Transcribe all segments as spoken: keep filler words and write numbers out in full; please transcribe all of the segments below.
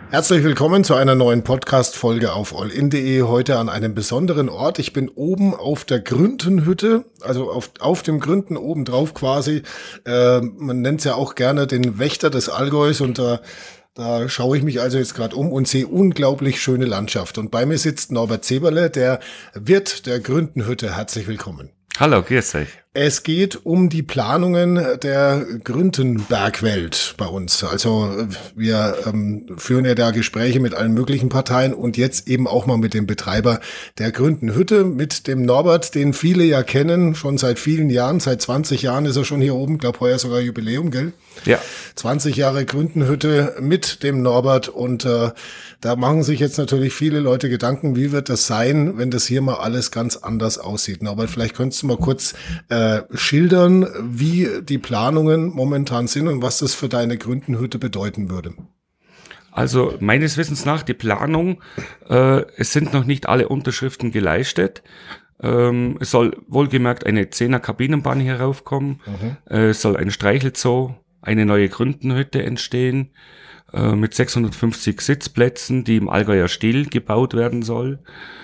Herzlich willkommen zu einer neuen Podcast-Folge auf all in punkt de. Heute an einem besonderen Ort. Ich bin oben auf der Grüntenhütte, also auf, auf dem Grünten oben drauf quasi. Äh, man nennt es ja auch gerne den Wächter des Allgäus und da, da schaue ich mich also jetzt gerade um und sehe unglaublich schöne Landschaft. Und bei mir sitzt Norbert Zeberle, der Wirt der Grüntenhütte. Herzlich willkommen. Hallo, grüß euch. Es geht um die Planungen der Grüntenbergwelt bei uns. Also wir ähm, führen ja da Gespräche mit allen möglichen Parteien und jetzt eben auch mal mit dem Betreiber der Grüntenhütte, mit dem Norbert, den viele ja kennen, schon seit vielen Jahren, seit zwanzig Jahren ist er schon hier oben, glaube heuer sogar Jubiläum, gell? Ja. zwanzig Jahre Grüntenhütte mit dem Norbert und äh, da machen sich jetzt natürlich viele Leute Gedanken, wie wird das sein, wenn das hier mal alles ganz anders aussieht. Norbert, vielleicht könntest du mal kurz äh, schildern, wie die Planungen momentan sind und was das für deine Grüntenhütte bedeuten würde. Also meines Wissens nach die Planung, äh, es sind noch nicht alle Unterschriften geleistet. Ähm, es soll wohlgemerkt eine zehner Kabinenbahn hier raufkommen. Mhm. Äh, es soll ein Streichelzoo, eine neue Grüntenhütte entstehen äh, mit sechshundertfünfzig Sitzplätzen, die im Allgäuer Stil gebaut werden soll.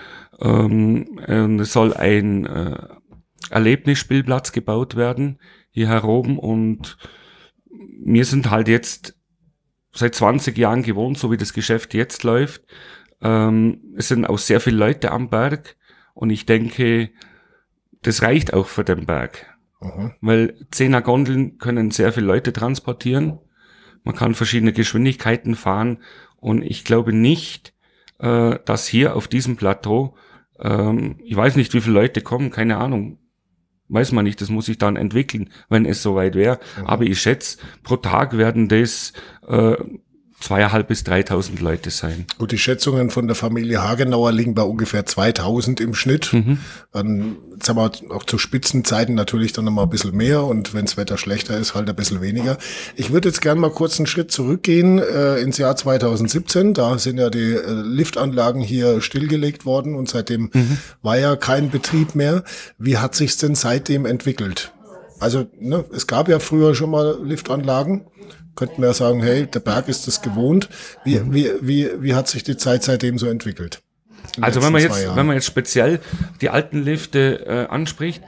Ähm, äh, es soll ein äh, Erlebnisspielplatz gebaut werden hier heroben und wir sind halt jetzt seit zwanzig Jahren gewohnt, so wie das Geschäft jetzt läuft. Ähm, es sind auch sehr viele Leute am Berg und ich denke, das reicht auch für den Berg. Mhm. Weil zehner Gondeln können sehr viele Leute transportieren. Man kann verschiedene Geschwindigkeiten fahren und ich glaube nicht, äh, dass hier auf diesem Plateau, ähm, ich weiß nicht, wie viele Leute kommen, keine Ahnung, weiß man nicht, das muss sich dann entwickeln, wenn es soweit wäre. Mhm. Aber ich schätze, pro Tag werden das äh, zweieinhalb bis dreitausend Leute sein. Gut, die Schätzungen von der Familie Hagenauer liegen bei ungefähr zweitausend im Schnitt. Mhm. Dann, jetzt haben wir auch zu Spitzenzeiten natürlich dann nochmal ein bisschen mehr und wenn das Wetter schlechter ist, halt ein bisschen weniger. Ich würde jetzt gerne mal kurz einen Schritt zurückgehen äh, ins Jahr zweitausendsiebzehn. Da sind ja die äh, Liftanlagen hier stillgelegt worden und seitdem mhm. war ja kein Betrieb mehr. Wie hat sich's denn seitdem entwickelt? Also, ne, es gab ja früher schon mal Liftanlagen. Könnten wir ja sagen, hey, der Berg ist das gewohnt. Wie, mhm. wie, wie, wie hat sich die Zeit seitdem so entwickelt? Also wenn man jetzt, wenn man jetzt speziell die alten Lifte äh, anspricht,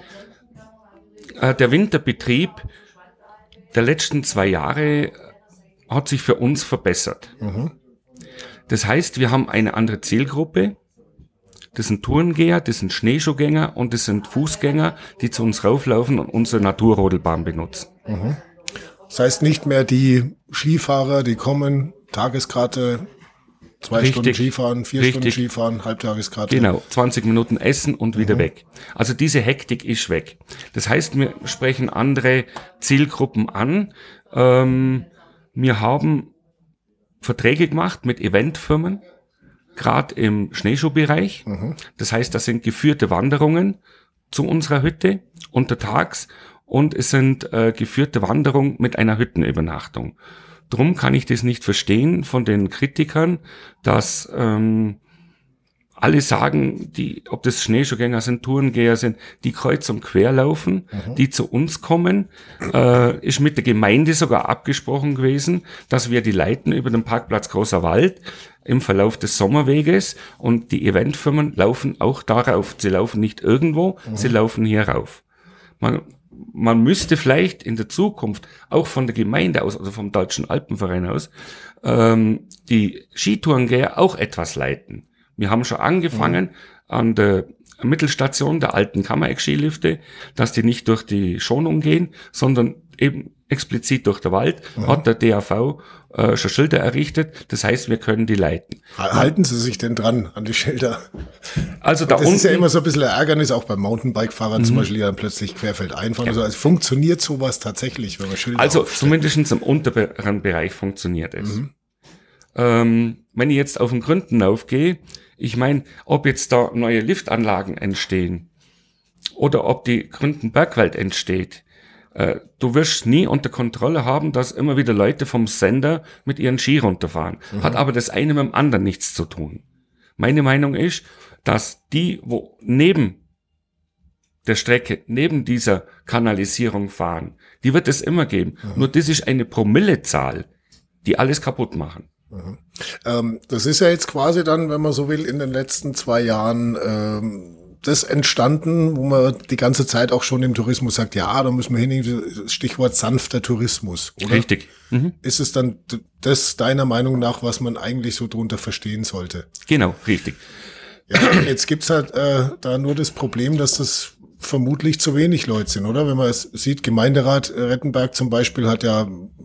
äh, der Winterbetrieb der letzten zwei Jahre hat sich für uns verbessert. Mhm. Das heißt, wir haben eine andere Zielgruppe. Das sind Tourengeher, das sind Schneeschuhgänger und das sind Fußgänger, die zu uns rauflaufen und unsere Naturrodelbahn benutzen. Mhm. Das heißt nicht mehr die Skifahrer, die kommen, Tageskarte, zwei Richtig. Stunden Skifahren, vier Richtig. Stunden Skifahren, Halbtageskarte. Genau, zwanzig Minuten essen und wieder mhm. weg. Also diese Hektik ist weg. Das heißt, wir sprechen andere Zielgruppen an. Ähm, wir haben Verträge gemacht mit Eventfirmen, gerade im Schneeschuhbereich. Mhm. Das heißt, das sind geführte Wanderungen zu unserer Hütte untertags. Und es sind äh, geführte Wanderungen mit einer Hüttenübernachtung. Drum kann ich das nicht verstehen von den Kritikern, dass ähm, alle sagen, die, ob das Schneeschuhgänger sind, Tourengeher sind, die kreuz und quer laufen, mhm. die zu uns kommen. Äh, ist mit der Gemeinde sogar abgesprochen gewesen, dass wir die leiten über den Parkplatz Großer Wald im Verlauf des Sommerweges und die Eventfirmen laufen auch darauf. Sie laufen nicht irgendwo, mhm. sie laufen hier rauf. Man, Man müsste vielleicht in der Zukunft auch von der Gemeinde aus, also vom Deutschen Alpenverein aus, ähm, die Skitourengeher auch etwas leiten. Wir haben schon angefangen mhm. an der Mittelstation der alten Kammereck-Skilifte, dass die nicht durch die Schonung gehen, sondern eben explizit durch den Wald, mhm. hat der D A V äh, schon Schilder errichtet. Das heißt, wir können die leiten. Halten Sie sich denn dran an die Schilder? Also da das unten, ist ja immer so ein bisschen Ärgernis, auch bei Mountainbike-Fahrern mhm. zum Beispiel, die dann plötzlich querfeld einfahren. Ja. Also, also funktioniert sowas tatsächlich, wenn man Schilder Also aufstellt? Zumindest im unteren Bereich funktioniert es. Mhm. Ähm, wenn ich jetzt auf den Gründen aufgehe, ich meine, ob jetzt da neue Liftanlagen entstehen oder ob die Gründenbergwelt entsteht, äh, du wirst nie unter Kontrolle haben, dass immer wieder Leute vom Sender mit ihren Ski runterfahren. Mhm. Hat aber das eine mit dem anderen nichts zu tun. Meine Meinung ist, dass die, wo neben der Strecke, neben dieser Kanalisierung fahren, die wird es immer geben. Mhm. Nur das ist eine Promillezahl, die alles kaputt machen. Mhm. Ähm, das ist ja jetzt quasi dann, wenn man so will, in den letzten zwei Jahren ähm, das entstanden, wo man die ganze Zeit auch schon im Tourismus sagt, ja, da müssen wir hin, Stichwort sanfter Tourismus, oder? Richtig. Mhm. Ist es dann das deiner Meinung nach, was man eigentlich so drunter verstehen sollte? Genau, richtig. Ja, jetzt gibt's halt äh, da nur das Problem, dass das vermutlich zu wenig Leute sind, oder? Wenn man es sieht, Gemeinderat Rettenberg zum Beispiel hat ja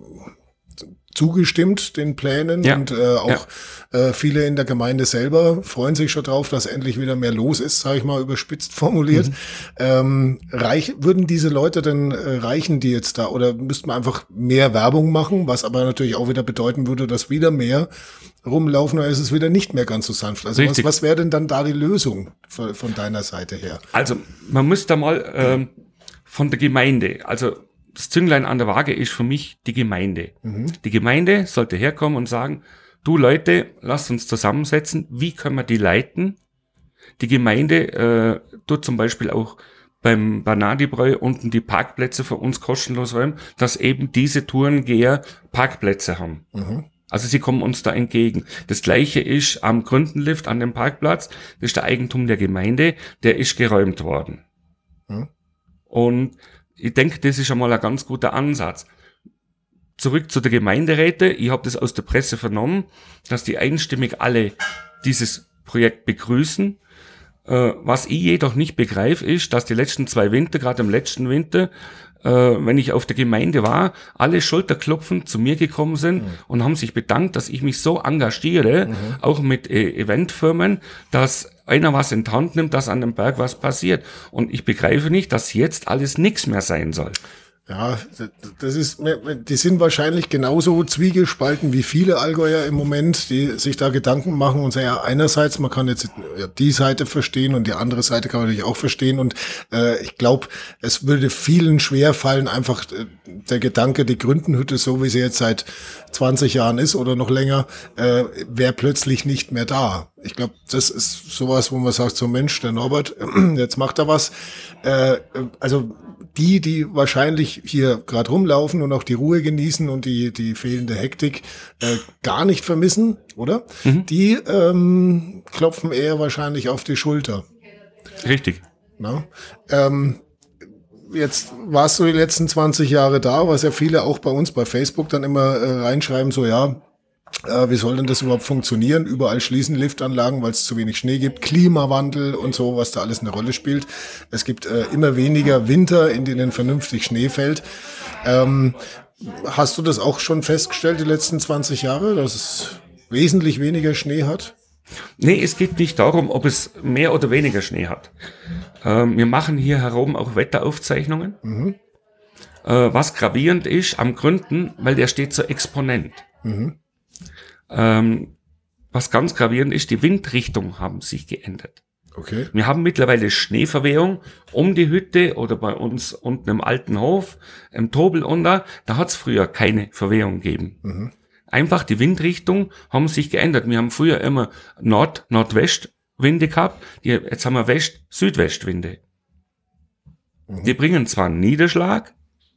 zugestimmt den Plänen ja. und äh, auch ja. äh, viele in der Gemeinde selber freuen sich schon drauf, dass endlich wieder mehr los ist, sage ich mal überspitzt formuliert. Mhm. Ähm, reich, würden diese Leute denn äh, reichen, die jetzt da, oder müsste man einfach mehr Werbung machen, was aber natürlich auch wieder bedeuten würde, dass wieder mehr rumlaufen, oder ist es wieder nicht mehr ganz so sanft? Also was, was wäre denn dann da die Lösung von, von deiner Seite her? Also man muss da mal ähm, von der Gemeinde, also das Zünglein an der Waage ist für mich die Gemeinde. Mhm. Die Gemeinde sollte herkommen und sagen, du Leute, lasst uns zusammensetzen, wie können wir die leiten? Die Gemeinde äh, tut zum Beispiel auch beim Banadibräu unten die Parkplätze für uns kostenlos räumen, dass eben diese Tourengeher Parkplätze haben. Mhm. Also sie kommen uns da entgegen. Das Gleiche ist am Gründenlift an dem Parkplatz, das ist der Eigentum der Gemeinde, der ist geräumt worden. Mhm. Und ich denke, das ist schon mal ein ganz guter Ansatz. Zurück zu der Gemeinderäte. Ich habe das aus der Presse vernommen, dass die einstimmig alle dieses Projekt begrüßen. Äh, was ich jedoch nicht begreife, ist, dass die letzten zwei Winter, gerade im letzten Winter, äh, wenn ich auf der Gemeinde war, alle schulterklopfend zu mir gekommen sind mhm. und haben sich bedankt, dass ich mich so engagiere, mhm. auch mit äh, Eventfirmen, dass einer was in die Hand nimmt, dass an dem Berg was passiert. Und ich begreife nicht, dass jetzt alles nichts mehr sein soll. Ja, das ist, die sind wahrscheinlich genauso zwiegespalten wie viele Allgäuer im Moment, die sich da Gedanken machen und sagen, ja, einerseits, man kann jetzt die Seite verstehen und die andere Seite kann man natürlich auch verstehen und äh, ich glaube, es würde vielen schwer fallen, einfach der Gedanke, die Gründenhütte, so wie sie jetzt seit zwanzig Jahren ist oder noch länger, äh, wäre plötzlich nicht mehr da. Ich glaube, das ist sowas, wo man sagt, so Mensch, der Norbert, jetzt macht er was. Äh, also die, die wahrscheinlich hier gerade rumlaufen und auch die Ruhe genießen und die die fehlende Hektik äh, gar nicht vermissen, oder? Mhm. Die ähm, klopfen eher wahrscheinlich auf die Schulter. Richtig. Na? Ähm, jetzt warst du die letzten zwanzig Jahre da, was ja viele auch bei uns bei Facebook dann immer äh, reinschreiben, so ja, Äh, wie soll denn das überhaupt funktionieren? Überall schließen Liftanlagen, weil es zu wenig Schnee gibt. Klimawandel und so, was da alles eine Rolle spielt. Es gibt äh, immer weniger Winter, in denen vernünftig Schnee fällt. Ähm, hast du das auch schon festgestellt, die letzten zwanzig Jahre, dass es wesentlich weniger Schnee hat? Nee, es geht nicht darum, ob es mehr oder weniger Schnee hat. Ähm, wir machen hier herum auch Wetteraufzeichnungen. Mhm. Äh, was gravierend ist am Gründen, weil der steht so exponent. Mhm. Ähm, was ganz gravierend ist, die Windrichtung haben sich geändert. Okay. Wir haben mittlerweile Schneeverwehung um die Hütte oder bei uns unten im alten Hof, im Tobel unter, da hat es früher keine Verwehung gegeben. Mhm. Einfach die Windrichtung haben sich geändert. Wir haben früher immer Nord-Nordwest-Winde gehabt, die, jetzt haben wir West-Südwest-Winde. Mhm. Die bringen zwar einen Niederschlag,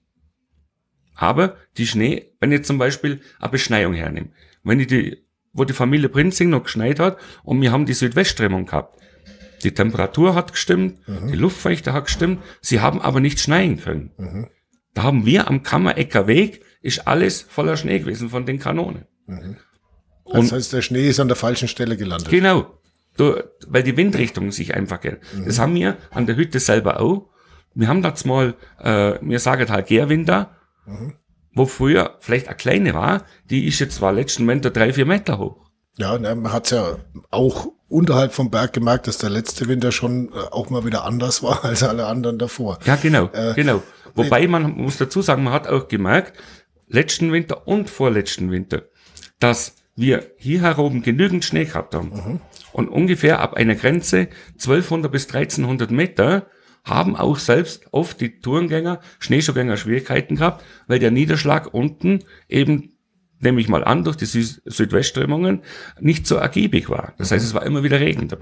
aber die Schnee, wenn ich zum Beispiel eine Beschneiung hernehme, wenn ich die, wo die Familie Prinzing noch geschneit hat und wir haben die Südwestströmung gehabt. Die Temperatur hat gestimmt, mhm. die Luftfeuchte hat gestimmt, sie haben aber nicht schneien können. Mhm. Da haben wir am Kammerecker Weg, ist alles voller Schnee gewesen von den Kanonen. Mhm. Das und heißt, der Schnee ist an der falschen Stelle gelandet. Genau, du, weil die Windrichtung sich einfach geändert. Mhm. Das haben wir an der Hütte selber auch. Wir haben das mal, äh, wir sagen halt Gärwinter, mhm. wo früher vielleicht eine kleine war, die ist jetzt zwar letzten Winter drei, vier Meter hoch. Ja, man hat's ja auch unterhalb vom Berg gemerkt, dass der letzte Winter schon äh, auch mal wieder anders war als alle anderen davor. Ja, genau, äh, genau. Wobei man muss dazu sagen, man hat auch gemerkt, letzten Winter und vorletzten Winter, dass wir hier oben genügend Schnee gehabt haben. Mhm. Und ungefähr ab einer Grenze zwölfhundert bis dreizehnhundert Meter haben auch selbst oft die Tourengänger, Schneeschuhgänger Schwierigkeiten gehabt, weil der Niederschlag unten eben, nehme ich mal an, durch die Süd- Südwestströmungen nicht so ergiebig war. Das heißt, es war immer wieder Regen dabei.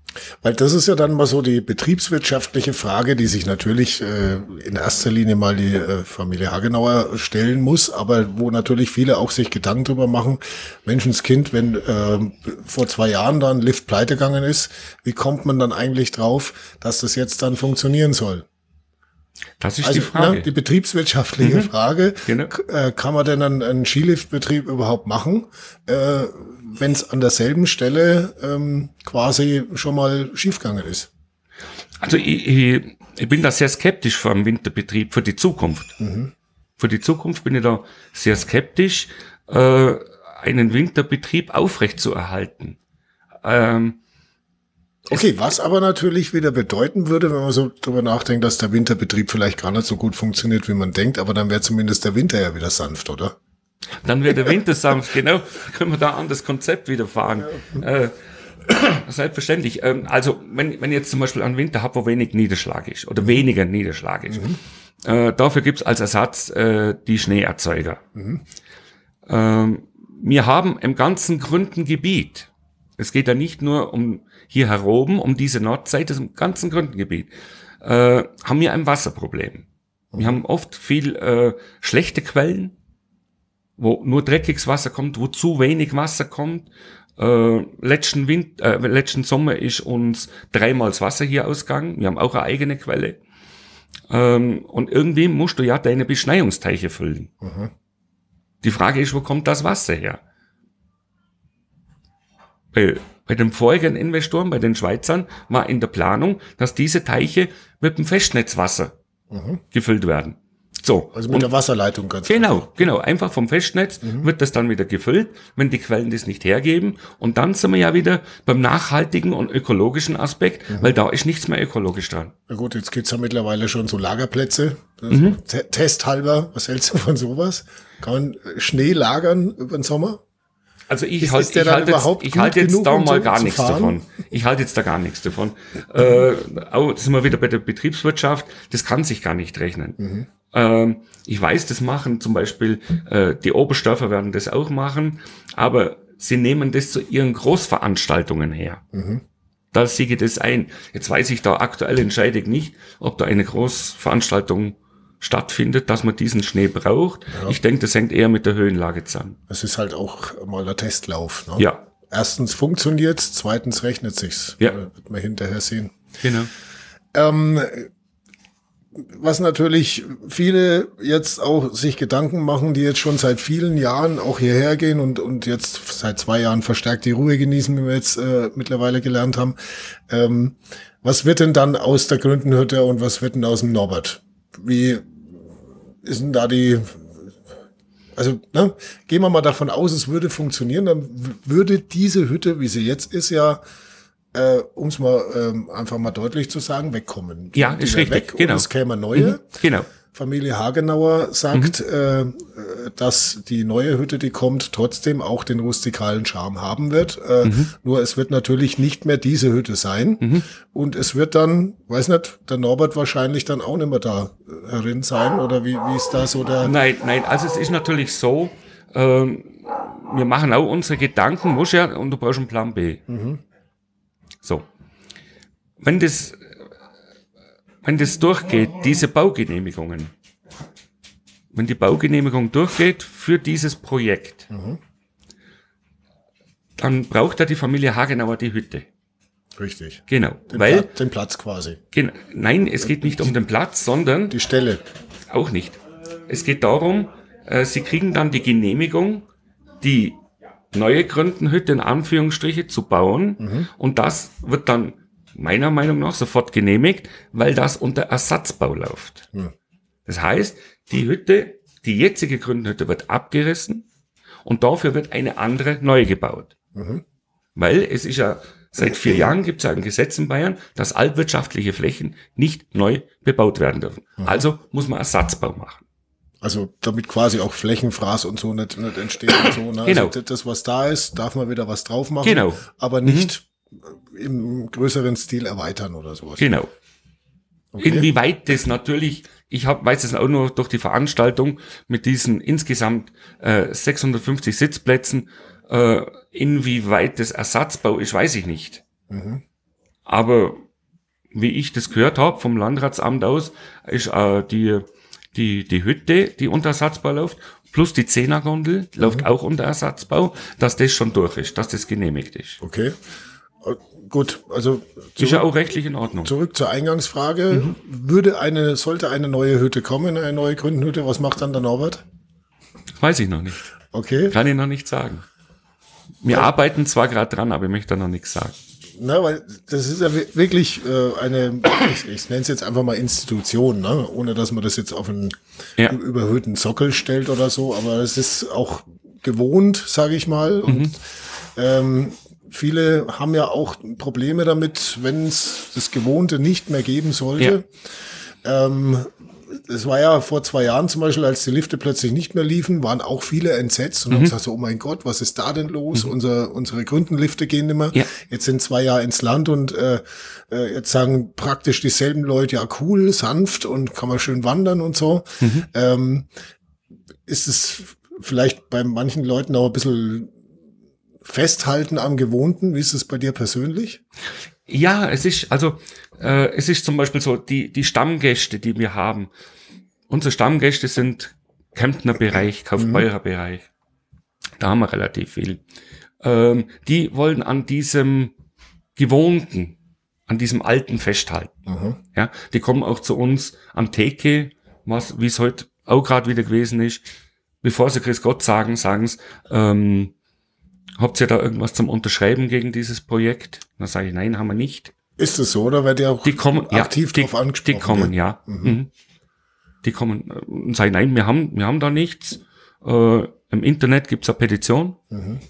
Weil das ist ja dann mal so die betriebswirtschaftliche Frage, die sich natürlich äh, in erster Linie mal die äh, Familie Hagenauer stellen muss, aber wo natürlich viele auch sich Gedanken drüber machen, Menschenskind, wenn äh, vor zwei Jahren dann Lift pleite gegangen ist, wie kommt man dann eigentlich drauf, dass das jetzt dann funktionieren soll? Das ist Also, die Frage. Ne, die betriebswirtschaftliche Mhm. Frage, Genau. äh, kann man denn einen, einen Skiliftbetrieb überhaupt machen, äh, wenn es an derselben Stelle ähm, quasi schon mal schiefgegangen ist? Also ich, ich, ich bin da sehr skeptisch vor dem Winterbetrieb für die Zukunft. Mhm. Für die Zukunft bin ich da sehr skeptisch, äh, einen Winterbetrieb aufrechtzuerhalten. Ähm, Okay, was aber natürlich wieder bedeuten würde, wenn man so drüber nachdenkt, dass der Winterbetrieb vielleicht gar nicht so gut funktioniert, wie man denkt, aber dann wäre zumindest der Winter ja wieder sanft, oder? Dann wird der Winter sanft, genau. Können wir da an das Konzept wieder fahren. Ja. Äh, selbstverständlich. Ähm, also, wenn, wenn ich jetzt zum Beispiel einen Winter habe, wo wenig Niederschlag ist, oder weniger Niederschlag ist, mhm. äh, dafür gibt's als Ersatz äh, die Schneeerzeuger. Mhm. Ähm, wir haben im ganzen Gründengebiet, es geht ja nicht nur um hier heroben, um diese Nordseite, im ganzen Gründengebiet, äh, haben wir ein Wasserproblem. Wir haben oft viel äh, schlechte Quellen, wo nur dreckiges Wasser kommt, wo zu wenig Wasser kommt. Äh, letzten, Wind, äh, letzten Sommer ist uns dreimal das Wasser hier ausgegangen. Wir haben auch eine eigene Quelle. Ähm, und irgendwie musst du ja deine Beschneiungsteiche füllen. Mhm. Die Frage ist, wo kommt das Wasser her? Bei, bei den vorigen Investoren, bei den Schweizern, war in der Planung, dass diese Teiche mit dem Festnetzwasser mhm. gefüllt werden. So. Also mit und der Wasserleitung ganz Genau, einfach. genau. Einfach vom Festnetz mhm. wird das dann wieder gefüllt, wenn die Quellen das nicht hergeben. Und dann sind wir ja wieder beim nachhaltigen und ökologischen Aspekt, mhm. weil da ist nichts mehr ökologisch dran. Na gut, jetzt gibt's ja mittlerweile schon so Lagerplätze. Mhm. Testhalber, was hältst du von sowas? Kann man Schnee lagern über den Sommer? Also ich halte ich halte jetzt, ich halte jetzt da mal gar nichts davon. Ich halte jetzt da gar nichts davon. äh, auch, das sind wir wieder bei der Betriebswirtschaft. Das kann sich gar nicht rechnen. Mhm. Ähm, ich weiß, das machen zum Beispiel äh, die Oberstdorfer werden das auch machen, aber sie nehmen das zu ihren Großveranstaltungen her. Mhm. Da siege das ein. Jetzt weiß ich da aktuell entscheide ich nicht, ob da eine Großveranstaltung stattfindet, dass man diesen Schnee braucht. Ja. Ich denke, das hängt eher mit der Höhenlage zusammen. Es ist halt auch mal der Testlauf. Ne? Ja. Erstens funktioniert's, zweitens rechnet sich's. Ja. Wird man hinterher sehen. Genau. Ähm, was natürlich viele jetzt auch sich Gedanken machen, die jetzt schon seit vielen Jahren auch hierher gehen und und jetzt seit zwei Jahren verstärkt die Ruhe genießen, wie wir jetzt äh, mittlerweile gelernt haben. Ähm, was wird denn dann aus der Gründenhütte und was wird denn aus dem Norbert? Wie ist denn da die, also ne, gehen wir mal davon aus, es würde funktionieren, dann würde diese Hütte, wie sie jetzt ist, ja, äh, um es mal ähm, einfach mal deutlich zu sagen, wegkommen. Ja, ist richtig, weg genau. Und es käme neue. Mhm, genau. Familie Hagenauer sagt, mhm. äh, dass die neue Hütte, die kommt, trotzdem auch den rustikalen Charme haben wird. Äh, mhm. Nur es wird natürlich nicht mehr diese Hütte sein. Mhm. Und es wird dann, weiß nicht, der Norbert wahrscheinlich dann auch nicht mehr da herin sein. Oder wie, wie ist das? Oder? Nein, nein, also es ist natürlich so, ähm, wir machen auch unsere Gedanken, musst ja, und du brauchst einen Plan B. Mhm. So. Wenn das Wenn das durchgeht, diese Baugenehmigungen, wenn die Baugenehmigung durchgeht für dieses Projekt, mhm. dann braucht ja die Familie Hagenauer die Hütte. Richtig. Genau. Den, weil, Pla- den Platz quasi. Gen- Nein, es geht nicht um den Platz, sondern... Die Stelle. Auch nicht. Es geht darum, äh, sie kriegen dann die Genehmigung, die neue Gründenhütte in Anführungsstriche zu bauen mhm. und das wird dann meiner Meinung nach sofort genehmigt, weil das unter Ersatzbau läuft. Hm. Das heißt, die Hütte, die jetzige Gründenhütte wird abgerissen und dafür wird eine andere neu gebaut. Mhm. Weil es ist ja, seit vier Jahren gibt es ja ein Gesetz in Bayern, dass altwirtschaftliche Flächen nicht neu bebaut werden dürfen. Mhm. Also muss man Ersatzbau machen. Also damit quasi auch Flächenfraß und so nicht, nicht entsteht und so. Ne? Genau. Also das, was da ist, darf man wieder was drauf machen. Genau. Aber nicht mhm. im größeren Stil erweitern oder sowas. Genau. Okay. Inwieweit das natürlich, ich hab, weiß es auch nur durch die Veranstaltung mit diesen insgesamt äh, sechshundertfünfzig Sitzplätzen, äh, inwieweit das Ersatzbau ist, weiß ich nicht. Mhm. aber wie ich das gehört habe vom Landratsamt aus, ist äh, die, die, die Hütte, die unter Ersatzbau läuft, plus die Zehnergondel läuft mhm. auch unter Ersatzbau, dass das schon durch ist, dass das genehmigt ist. Okay. Gut, also zurück, ist ja auch rechtlich in Ordnung. Zurück zur Eingangsfrage. Mhm. Würde eine, sollte eine neue Hütte kommen, eine neue Gründenhütte, was macht dann der Norbert? Weiß ich noch nicht. Okay. Kann ich noch nicht sagen. Wir ja. arbeiten zwar gerade dran, aber ich möchte da noch nichts sagen. Na, weil das ist ja wirklich äh, eine, ich, ich nenne es jetzt einfach mal Institution, ne? Ohne dass man das jetzt auf einen ja. überhöhten Sockel stellt oder so, aber es ist auch gewohnt, sage ich mal. Und mhm. ähm, viele haben ja auch Probleme damit, wenn es das Gewohnte nicht mehr geben sollte. Ja. Ähm, es war ja vor zwei Jahren zum Beispiel, als die Lifte plötzlich nicht mehr liefen, waren auch viele entsetzt und mhm. haben gesagt so, oh mein Gott, was ist da denn los? Mhm. Unser, unsere Gründenlifte gehen nicht mehr. Ja. Jetzt sind zwei Jahre ins Land und äh, jetzt sagen praktisch dieselben Leute, ja cool, sanft und kann man schön wandern und so. Mhm. Ähm, ist es vielleicht bei manchen Leuten auch ein bisschen festhalten am Gewohnten? Wie ist es bei dir persönlich? Ja, es ist, also, äh, es ist zum Beispiel so, die, die Stammgäste, die wir haben. Unsere Stammgäste sind Kemptner Bereich, Kaufbeurer mhm. Bereich. Da haben wir relativ viel. Ähm, die wollen an diesem Gewohnten, an diesem Alten festhalten. Mhm. Ja, die kommen auch zu uns am Theke, was, wie es heute auch gerade wieder gewesen ist. Bevor sie Grüß Gott sagen, sagen sie, ähm, habt ihr da irgendwas zum Unterschreiben gegen dieses Projekt? Dann sage ich, nein, haben wir nicht. Ist es so, oder wird ihr auch die kommen, aktiv ja, die, drauf angesprochen? Die kommen, ja. ja. Mhm. Mhm. Die kommen und sagen, nein, wir haben, wir haben da nichts. Äh, im Internet gibt's eine Petition. Mhm.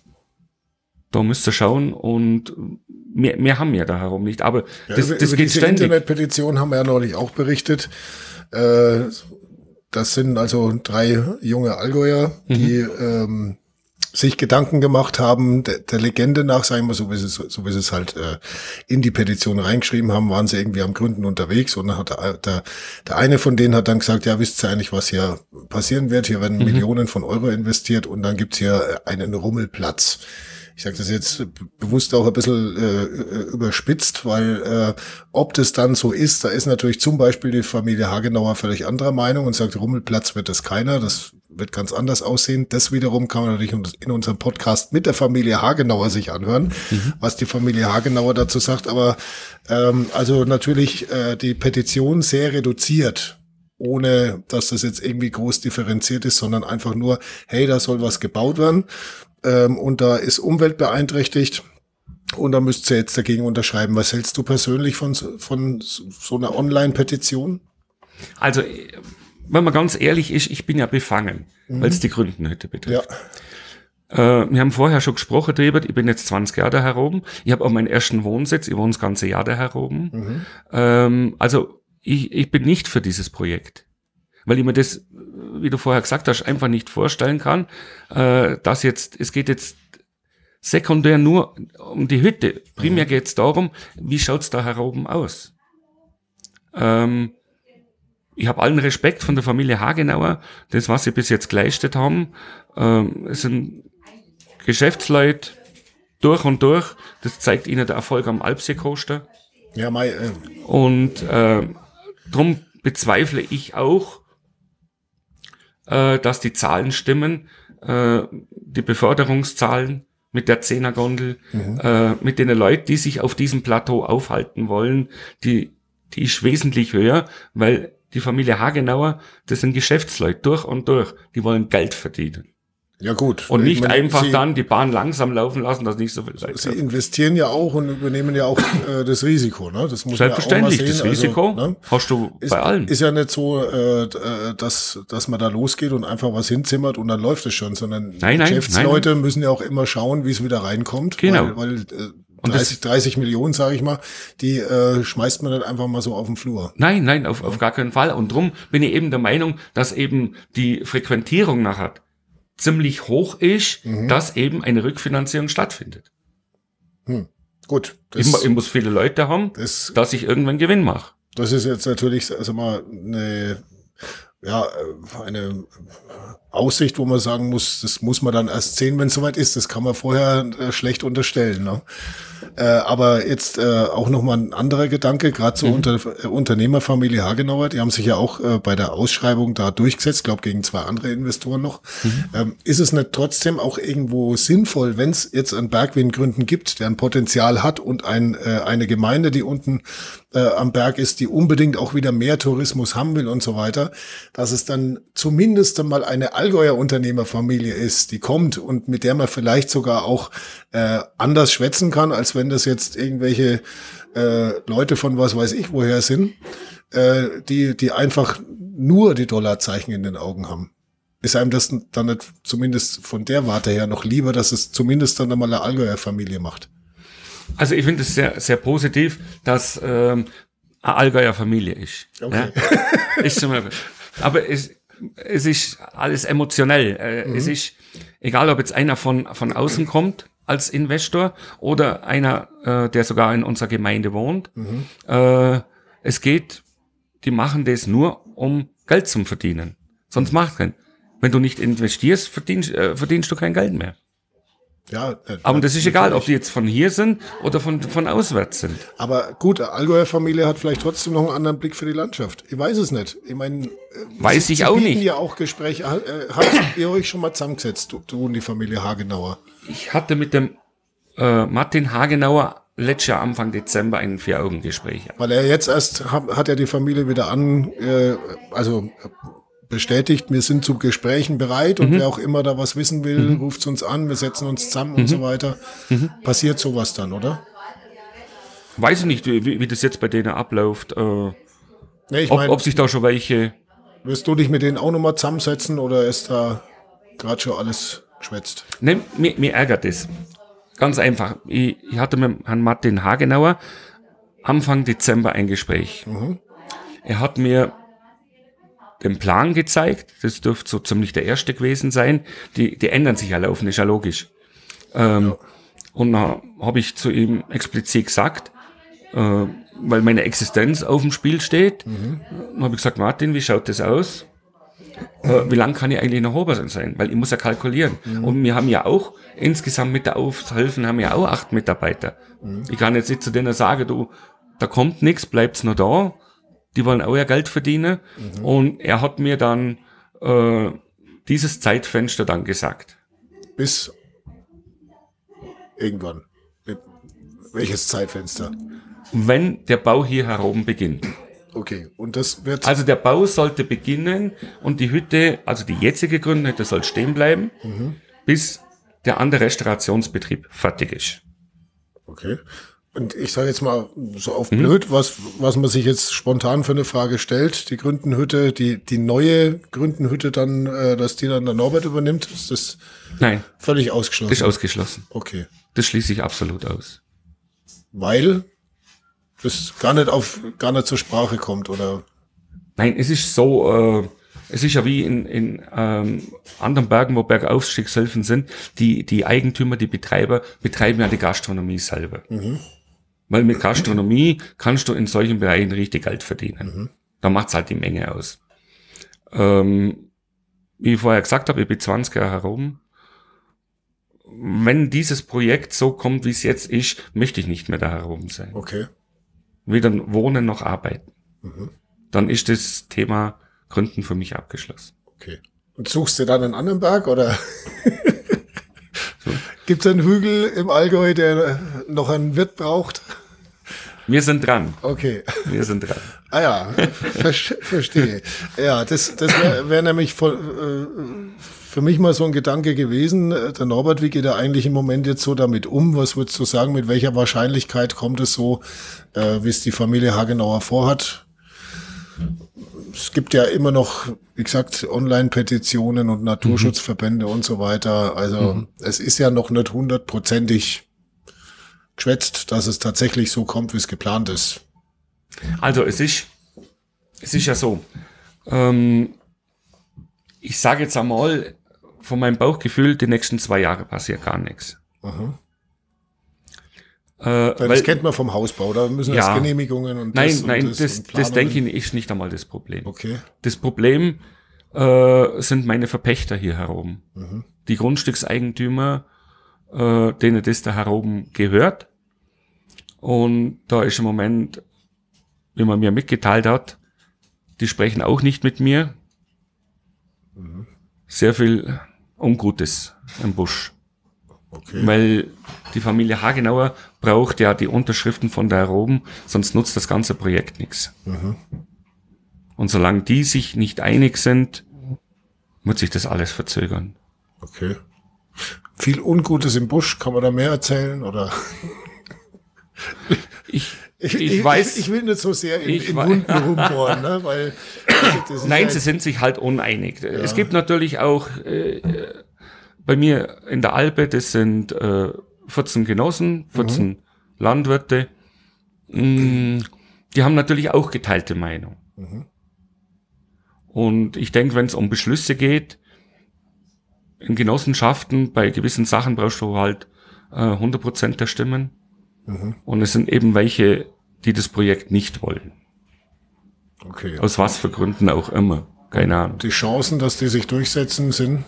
Da müsst ihr schauen und mehr, mehr haben wir da herum nicht. Aber ja, das, über, das über geht diese ständig. Internetpetition haben wir ja neulich auch berichtet. Äh, das sind also drei junge Allgäuer, die mhm. ähm, sich Gedanken gemacht haben, der, der Legende nach, sagen wir so, wie sie es, so wie sie es halt äh, in die Petition reingeschrieben haben, waren sie irgendwie am Gründen unterwegs und dann hat der, der, der eine von denen hat dann gesagt, ja, wisst ihr eigentlich, was hier passieren wird? Hier werden mhm. Millionen von Euro investiert und dann gibt's hier einen Rummelplatz. Ich sage das jetzt bewusst auch ein bisschen äh, überspitzt, weil äh, ob das dann so ist, da ist natürlich zum Beispiel die Familie Hagenauer völlig anderer Meinung und sagt, Rummelplatz wird das keiner, das wird ganz anders aussehen. Das wiederum kann man natürlich in unserem Podcast mit der Familie Hagenauer sich anhören, mhm. was die Familie Hagenauer dazu sagt. Aber ähm, also natürlich äh, die Petition sehr reduziert, ohne dass das jetzt irgendwie groß differenziert ist, sondern einfach nur, hey, da soll was gebaut werden. Ähm, und da ist Umwelt beeinträchtigt und da müsst ihr jetzt dagegen unterschreiben. Was hältst du persönlich von, von so einer Online-Petition? Also, wenn man ganz ehrlich ist, ich bin ja befangen, mhm. weil es die Gründenhütte betrifft. Ja. Äh, wir haben vorher schon gesprochen darüber, ich bin jetzt zwanzig Jahre da heroben, ich habe auch meinen ersten Wohnsitz, ich wohne das ganze Jahr da heroben. Mhm. Ähm, also, ich, ich bin nicht für dieses Projekt. Weil ich mir das, wie du vorher gesagt hast, einfach nicht vorstellen kann, äh, dass jetzt, es geht jetzt sekundär nur um die Hütte. Primär geht es darum, wie schaut's da heroben aus? Ähm, ich habe allen Respekt von der Familie Hagenauer, das, was sie bis jetzt geleistet haben. Ähm, es sind Geschäftsleute durch und durch. Das zeigt ihnen der Erfolg am Alpsee-Coaster. Ja, mei, äh. Und äh, darum bezweifle ich auch, dass die Zahlen stimmen, äh, die Beförderungszahlen mit der Zehnergondel, mhm. äh, mit den Leuten, die sich auf diesem Plateau aufhalten wollen, die, die ist wesentlich höher, weil die Familie Hagenauer, das sind Geschäftsleute durch und durch, die wollen Geld verdienen. Ja gut. Und nicht meine, einfach Sie, dann die Bahn langsam laufen lassen, dass nicht so viel Leute Sie investieren ja auch und übernehmen ja auch äh, das Risiko, ne? Das muss Selbstverständlich, man ja auch mal sehen. Das Risiko also, ne? hast du ist, bei allen. Ist ja nicht so, äh, dass dass man da losgeht und einfach was hinzimmert und dann läuft es schon, sondern nein, nein, Geschäftsleute nein, nein. müssen ja auch immer schauen, wie es wieder reinkommt. Genau. Weil, weil äh, dreißig, dreißig Millionen, sage ich mal, die äh, schmeißt man dann einfach mal so auf den Flur. Nein, nein, auf, auf gar keinen Fall. Und drum bin ich eben der Meinung, dass eben die Frequentierung nachher ziemlich hoch ist, mhm. dass eben eine Rückfinanzierung stattfindet. Hm. Gut. Das, ich, ich muss viele Leute haben, das, dass ich irgendwann Gewinn mache. Das ist jetzt natürlich, also mal eine, ja, eine Aussicht, wo man sagen muss, das muss man dann erst sehen, wenn es soweit ist. Das kann man vorher äh, schlecht unterstellen. Ne? Äh, aber jetzt äh, auch nochmal ein anderer Gedanke, gerade so mhm. unter äh, Unternehmerfamilie Hagenauer, die haben sich ja auch äh, bei der Ausschreibung da durchgesetzt, glaube gegen zwei andere Investoren noch. Mhm. Ähm, ist es nicht trotzdem auch irgendwo sinnvoll, wenn es jetzt einen Berg wie in Gründen gibt, der ein Potenzial hat und ein, äh, eine Gemeinde, die unten äh, am Berg ist, die unbedingt auch wieder mehr Tourismus haben will und so weiter, dass es dann zumindest einmal eine Allgäuer Unternehmerfamilie ist, die kommt und mit der man vielleicht sogar auch äh, anders schwätzen kann, als wenn das jetzt irgendwelche äh, Leute von was weiß ich woher sind, äh, die die einfach nur die Dollarzeichen in den Augen haben. Ist einem das dann nicht zumindest von der Warte her noch lieber, dass es zumindest dann einmal eine Allgäuer Familie macht? Also ich finde es sehr sehr positiv, dass ähm, eine Allgäuer Familie ist. Okay. Ja? Ist zum Beispiel. Aber es es ist alles emotionell. Äh, mhm. Es ist egal, ob jetzt einer von von außen kommt als Investor oder einer, äh, der sogar in unserer Gemeinde wohnt. Mhm. Äh, es geht, die machen das nur, um Geld zu verdienen. Sonst macht keinen. Wenn du nicht investierst, verdienst, äh, verdienst du kein Geld mehr. Ja, äh, aber das ist egal, ob die jetzt von hier sind oder von von auswärts sind. Aber gut, eine Allgäuer Familie hat vielleicht trotzdem noch einen anderen Blick für die Landschaft. Ich weiß es nicht. Ich meine, weiß Sie, ich Sie auch bieten nicht. Ja auch Gespräche. Äh, habt ihr euch schon mal zusammengesetzt, du, du und die Familie Hagenauer? Ich hatte mit dem äh, Martin Hagenauer letztes Jahr Anfang Dezember ein Vier-Augen-Gespräch. Weil er jetzt erst hat, hat er die Familie wieder an, äh, also bestätigt, wir sind zu Gesprächen bereit und mhm. wer auch immer da was wissen will, mhm. ruft uns an, wir setzen uns zusammen mhm. und so weiter. Mhm. Passiert sowas dann, oder? Weiß ich nicht, wie, wie das jetzt bei denen abläuft. Äh, nee, ich ob, mein, ob sich da schon welche... Wirst du dich mit denen auch nochmal zusammensetzen oder ist da gerade schon alles geschwätzt? Ne, mir, mir ärgert das. Ganz einfach. Ich, ich hatte mit Herrn Martin Hagenauer Anfang Dezember ein Gespräch. Mhm. Er hat mir den Plan gezeigt, das dürfte so ziemlich der erste gewesen sein. Die, die ändern sich ja laufend, ist ja logisch. Ähm, ja. Und dann habe ich zu ihm explizit gesagt, äh, weil meine Existenz auf dem Spiel steht, mhm. dann habe ich gesagt, Martin, wie schaut das aus? Äh, wie lange kann ich eigentlich noch oben sein? Weil ich muss ja kalkulieren. Mhm. Und wir haben ja auch, insgesamt mit der Aufhelfen haben wir ja auch acht Mitarbeiter. Mhm. Ich kann jetzt nicht zu denen sagen, du, da kommt nichts, bleibt's noch da. Die wollen auch ja Geld verdienen. Mhm. Und er hat mir dann äh, dieses Zeitfenster dann gesagt. Bis irgendwann. Welches Zeitfenster? Wenn der Bau hier heroben beginnt. Okay, und das wird... Also der Bau sollte beginnen und die Hütte, also die jetzige Gründenhütte soll stehen bleiben, mhm. bis der andere Restaurationsbetrieb fertig ist. Okay. Und ich sage jetzt mal so auf blöd, mhm. was was man sich jetzt spontan für eine Frage stellt, die Gründenhütte, die die neue Gründenhütte dann, äh, dass die dann der Norbert übernimmt, ist das Nein, völlig ausgeschlossen? Das ist ausgeschlossen. Okay. Das schließe ich absolut aus. Weil das gar nicht auf gar nicht zur Sprache kommt, oder? Nein, es ist so, äh, es ist ja wie in, in ähm, anderen Bergen, wo Bergaufstiegshilfen sind, die die Eigentümer, die Betreiber betreiben ja die Gastronomie selber. Mhm. Weil mit Gastronomie kannst du in solchen Bereichen richtig Geld verdienen. Mhm. Da macht's halt die Menge aus. Ähm, wie ich vorher gesagt habe, ich bin zwanzig Jahre herum. Wenn dieses Projekt so kommt, wie es jetzt ist, möchte ich nicht mehr da herum sein. Okay. Weder wohnen noch arbeiten. Mhm. Dann ist das Thema Gründen für mich abgeschlossen. Okay. Und suchst du dann einen anderen Berg, oder? So. Gibt es einen Hügel im Allgäu, der noch einen Wirt braucht? Wir sind dran. Okay. Wir sind dran. Ah ja, ver verstehe. Ja, das, das wäre wär nämlich voll, äh, für mich mal so ein Gedanke gewesen. Der Norbert, wie geht er eigentlich im Moment jetzt so damit um? Was würdest du sagen, mit welcher Wahrscheinlichkeit kommt es so, äh, wie es die Familie Hagenauer vorhat? Es gibt ja immer noch, wie gesagt, Online-Petitionen und Naturschutzverbände mhm. und so weiter. Also mhm. es ist ja noch nicht hundertprozentig geschwätzt, dass es tatsächlich so kommt, wie es geplant ist. Also es ist, es ist ja so, ähm, ich sage jetzt einmal, von meinem Bauchgefühl, die nächsten zwei Jahre passiert gar nichts. Mhm. Äh, das weil, kennt man vom Hausbau, da müssen ja, erst Genehmigungen und nein, das nein, und das, das, und das denke ich ist nicht einmal das Problem. Okay. Das Problem äh, sind meine Verpächter hier heroben. Mhm. Die Grundstückseigentümer, äh, denen das da heroben gehört. Und da ist im Moment, wie man mir mitgeteilt hat, die sprechen auch nicht mit mir. Mhm. Sehr viel Ungutes im Busch. Okay. Weil die Familie Hagenauer braucht ja die Unterschriften von der Aeroben, sonst nutzt das ganze Projekt nichts. Mhm. Und solange die sich nicht einig sind, wird sich das alles verzögern. Okay. Viel Ungutes im Busch, kann man da mehr erzählen, oder? Ich, ich, ich, ich weiß. Ich, ich will nicht so sehr in, in Wunden rumbohren, ne, weil. Das Nein, halt, sie sind sich halt uneinig. Ja. Es gibt natürlich auch, äh, bei mir in der Alpe, das sind äh, vierzehn Genossen, vierzehn mhm. Landwirte, mh, die haben natürlich auch geteilte Meinung. Mhm. Und ich denke, wenn es um Beschlüsse geht, in Genossenschaften, bei gewissen Sachen brauchst du halt äh, hundert Prozent der Stimmen. Mhm. Und es sind eben welche, die das Projekt nicht wollen. Okay. Aus was für Gründen auch immer. Keine Ahnung. Die Chancen, dass die sich durchsetzen, sind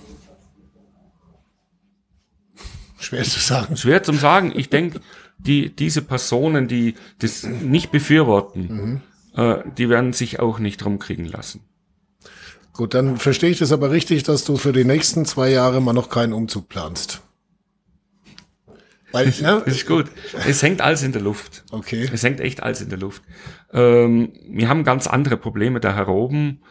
schwer zu sagen. Schwer zu sagen. Ich denke, die, diese Personen, die das nicht befürworten, mhm. äh, die werden sich auch nicht rumkriegen lassen. Gut, dann verstehe ich das aber richtig, dass du für die nächsten zwei Jahre mal noch keinen Umzug planst. Weil, ne? Das ist gut. Es hängt alles in der Luft. Okay. Es hängt echt alles in der Luft. Ähm, wir haben ganz andere Probleme da heroben.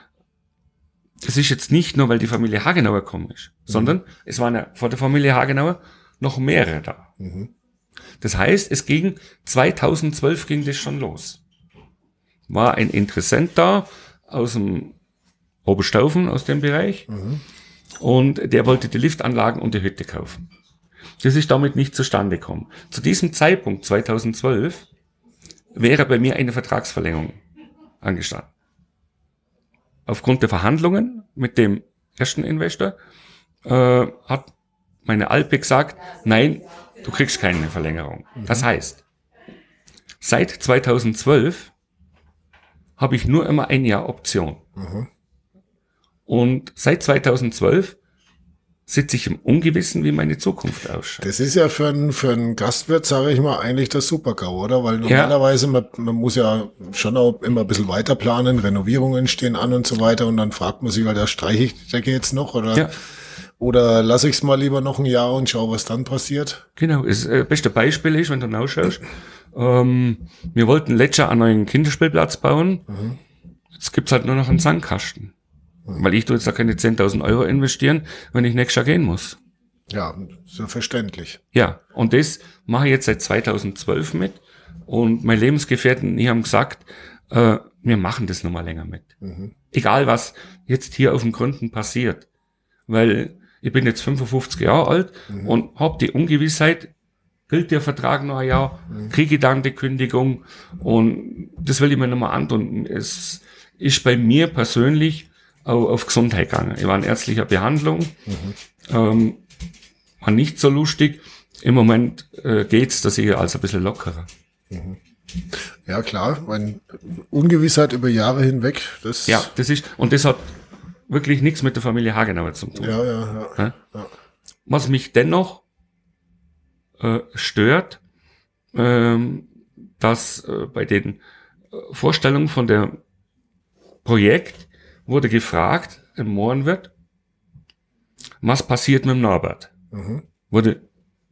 Es ist jetzt nicht nur, weil die Familie Hagenauer gekommen ist, mhm. sondern es waren ja vor der Familie Hagenauer noch mehrere da. Mhm. Das heißt, es ging, zweitausendzwölf ging das schon los. War ein Interessent da aus dem Oberstaufen, aus dem Bereich. Mhm. Und der wollte die Liftanlagen und die Hütte kaufen. Das ist damit nicht zustande gekommen. Zu diesem Zeitpunkt, zweitausendzwölf, wäre bei mir eine Vertragsverlängerung angestanden. Aufgrund der Verhandlungen mit dem ersten Investor äh, hat meine Alpe gesagt, nein, du kriegst keine Verlängerung. Mhm. Das heißt, seit zweitausendzwölf habe ich nur immer ein Jahr Option. Mhm. Und seit zweitausendzwölf sitze ich im Ungewissen, wie meine Zukunft ausschaut. Das ist ja für einen, für einen Gastwirt, sage ich mal, eigentlich das Super-GAU, oder? Weil normalerweise, ja. man, man muss ja schon auch immer ein bisschen weiter planen, Renovierungen stehen an und so weiter, und dann fragt man sich, halt, ja, streiche ich die Decke jetzt noch, oder, ja. oder lasse ich es mal lieber noch ein Jahr und schaue, was dann passiert? Genau, das äh, beste Beispiel ist, wenn du nachschaust, ähm, wir wollten letztes Jahr einen neuen Kinderspielplatz bauen, mhm. jetzt gibt's halt nur noch einen Sandkasten. Weil ich tue jetzt da keine zehntausend Euro investieren, wenn ich nächstes Jahr gehen muss. Ja, so verständlich. Ja, und das mache ich jetzt seit zweitausendzwölf mit. Und meine Lebensgefährten, die haben gesagt, äh, wir machen das nochmal länger mit. Mhm. Egal, was jetzt hier auf dem Gründen passiert. Weil ich bin jetzt fünfundfünfzig Jahre alt mhm. und habe die Ungewissheit, gilt der Vertrag noch ein Jahr, mhm. kriege ich dann die Kündigung. Und das will ich mir nochmal antun. Es ist bei mir persönlich auch auf Gesundheit gegangen. Ich war in ärztlicher Behandlung, mhm. ähm, war nicht so lustig. Im Moment äh, geht's, dass ich also ein bisschen lockerer. Mhm. Ja, klar, meine Ungewissheit über Jahre hinweg, das... Ja, das ist, und das hat wirklich nichts mit der Familie Hagenauer zu tun. Ja, ja, ja. ja? ja. Was mich dennoch äh, stört, ähm, dass äh, bei den Vorstellungen von der Projekt wurde gefragt im Mohrenwirt, was passiert mit dem Norbert? Mhm. Wurde,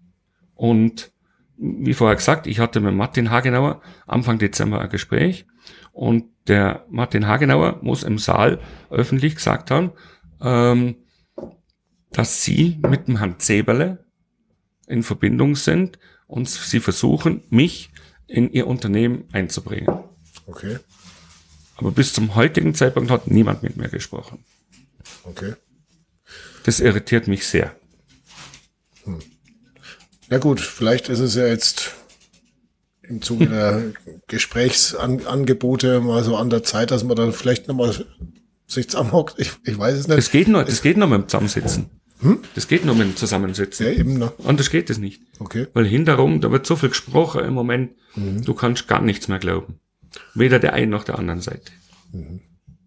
und wie vorher gesagt, ich hatte mit Martin Hagenauer Anfang Dezember ein Gespräch, und der Martin Hagenauer muss im Saal öffentlich gesagt haben, ähm, dass sie mit dem Herrn Zeberle in Verbindung sind und sie versuchen, mich in ihr Unternehmen einzubringen. Okay. Aber bis zum heutigen Zeitpunkt hat niemand mit mir gesprochen. Okay. Das irritiert mich sehr. Hm. Ja gut, vielleicht ist es ja jetzt im Zuge der Gesprächsangebote mal so an der Zeit, dass man dann vielleicht nochmal sich zusammenhockt. Ich, ich weiß es nicht. Das geht nur, das geht nur mit dem Zusammensitzen. Hm? Das geht nur mit dem Zusammensitzen. Ja, eben noch. Anders geht es nicht. Okay. Weil hinterrum, da wird so viel gesprochen im Moment, mhm. du kannst gar nichts mehr glauben. Weder der einen noch der anderen Seite. Mhm.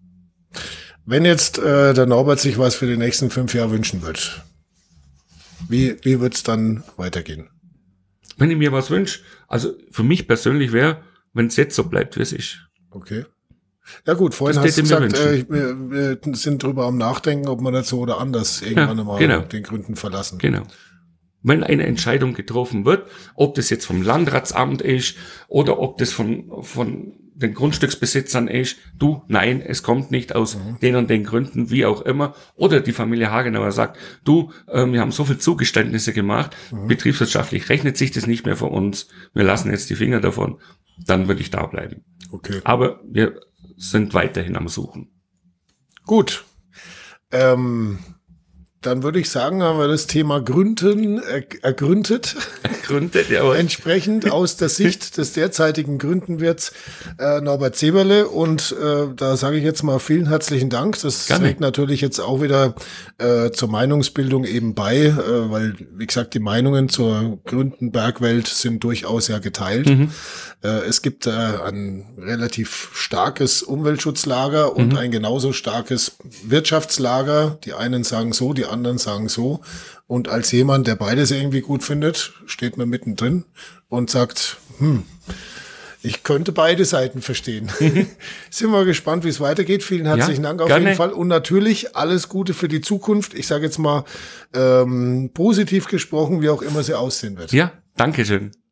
Wenn jetzt äh, der Norbert sich was für die nächsten fünf Jahre wünschen wird, wie, wie wird's dann weitergehen? Wenn ich mir was wünsche, also für mich persönlich wäre, wenn es jetzt so bleibt, wie es ist. Okay. Ja gut, vorhin Das hast du täte mir gesagt, wünschen. äh, wir, wir sind drüber am Nachdenken, ob wir nicht so oder anders irgendwann Ja, einmal genau. den Gründen verlassen. Genau. Wenn eine Entscheidung getroffen wird, ob das jetzt vom Landratsamt ist oder ob das von, von den Grundstücksbesitzern ist, du, nein, es kommt nicht aus mhm. den und den Gründen, wie auch immer, oder die Familie Hagenauer sagt, du, äh, wir haben so viel Zugeständnisse gemacht, mhm. betriebswirtschaftlich rechnet sich das nicht mehr für uns, wir lassen jetzt die Finger davon, dann würde ich da bleiben. Okay. Aber wir sind weiterhin am Suchen. Gut. Ähm, dann würde ich sagen, haben wir das Thema Gründen er, ergründet. Ergründet, ja. Entsprechend aus der Sicht des derzeitigen Gründenwirts äh, Norbert Seberle. Und äh, da sage ich jetzt mal vielen herzlichen Dank. Das Gerne. trägt natürlich jetzt auch wieder äh, zur Meinungsbildung eben bei, äh, weil, wie gesagt, die Meinungen zur Gründenbergwelt sind durchaus ja geteilt. Mhm. Äh, es gibt äh, ein relativ starkes Umweltschutzlager und mhm. ein genauso starkes Wirtschaftslager. Die einen sagen so, die anderen sagen so. Und als jemand, der beides irgendwie gut findet, steht man mittendrin und sagt, hm, ich könnte beide Seiten verstehen. Sind wir gespannt, wie es weitergeht. Vielen herzlichen ja, Dank auf gerne. jeden Fall. Und natürlich alles Gute für die Zukunft. Ich sage jetzt mal ähm, positiv gesprochen, wie auch immer sie aussehen wird. Ja, danke schön.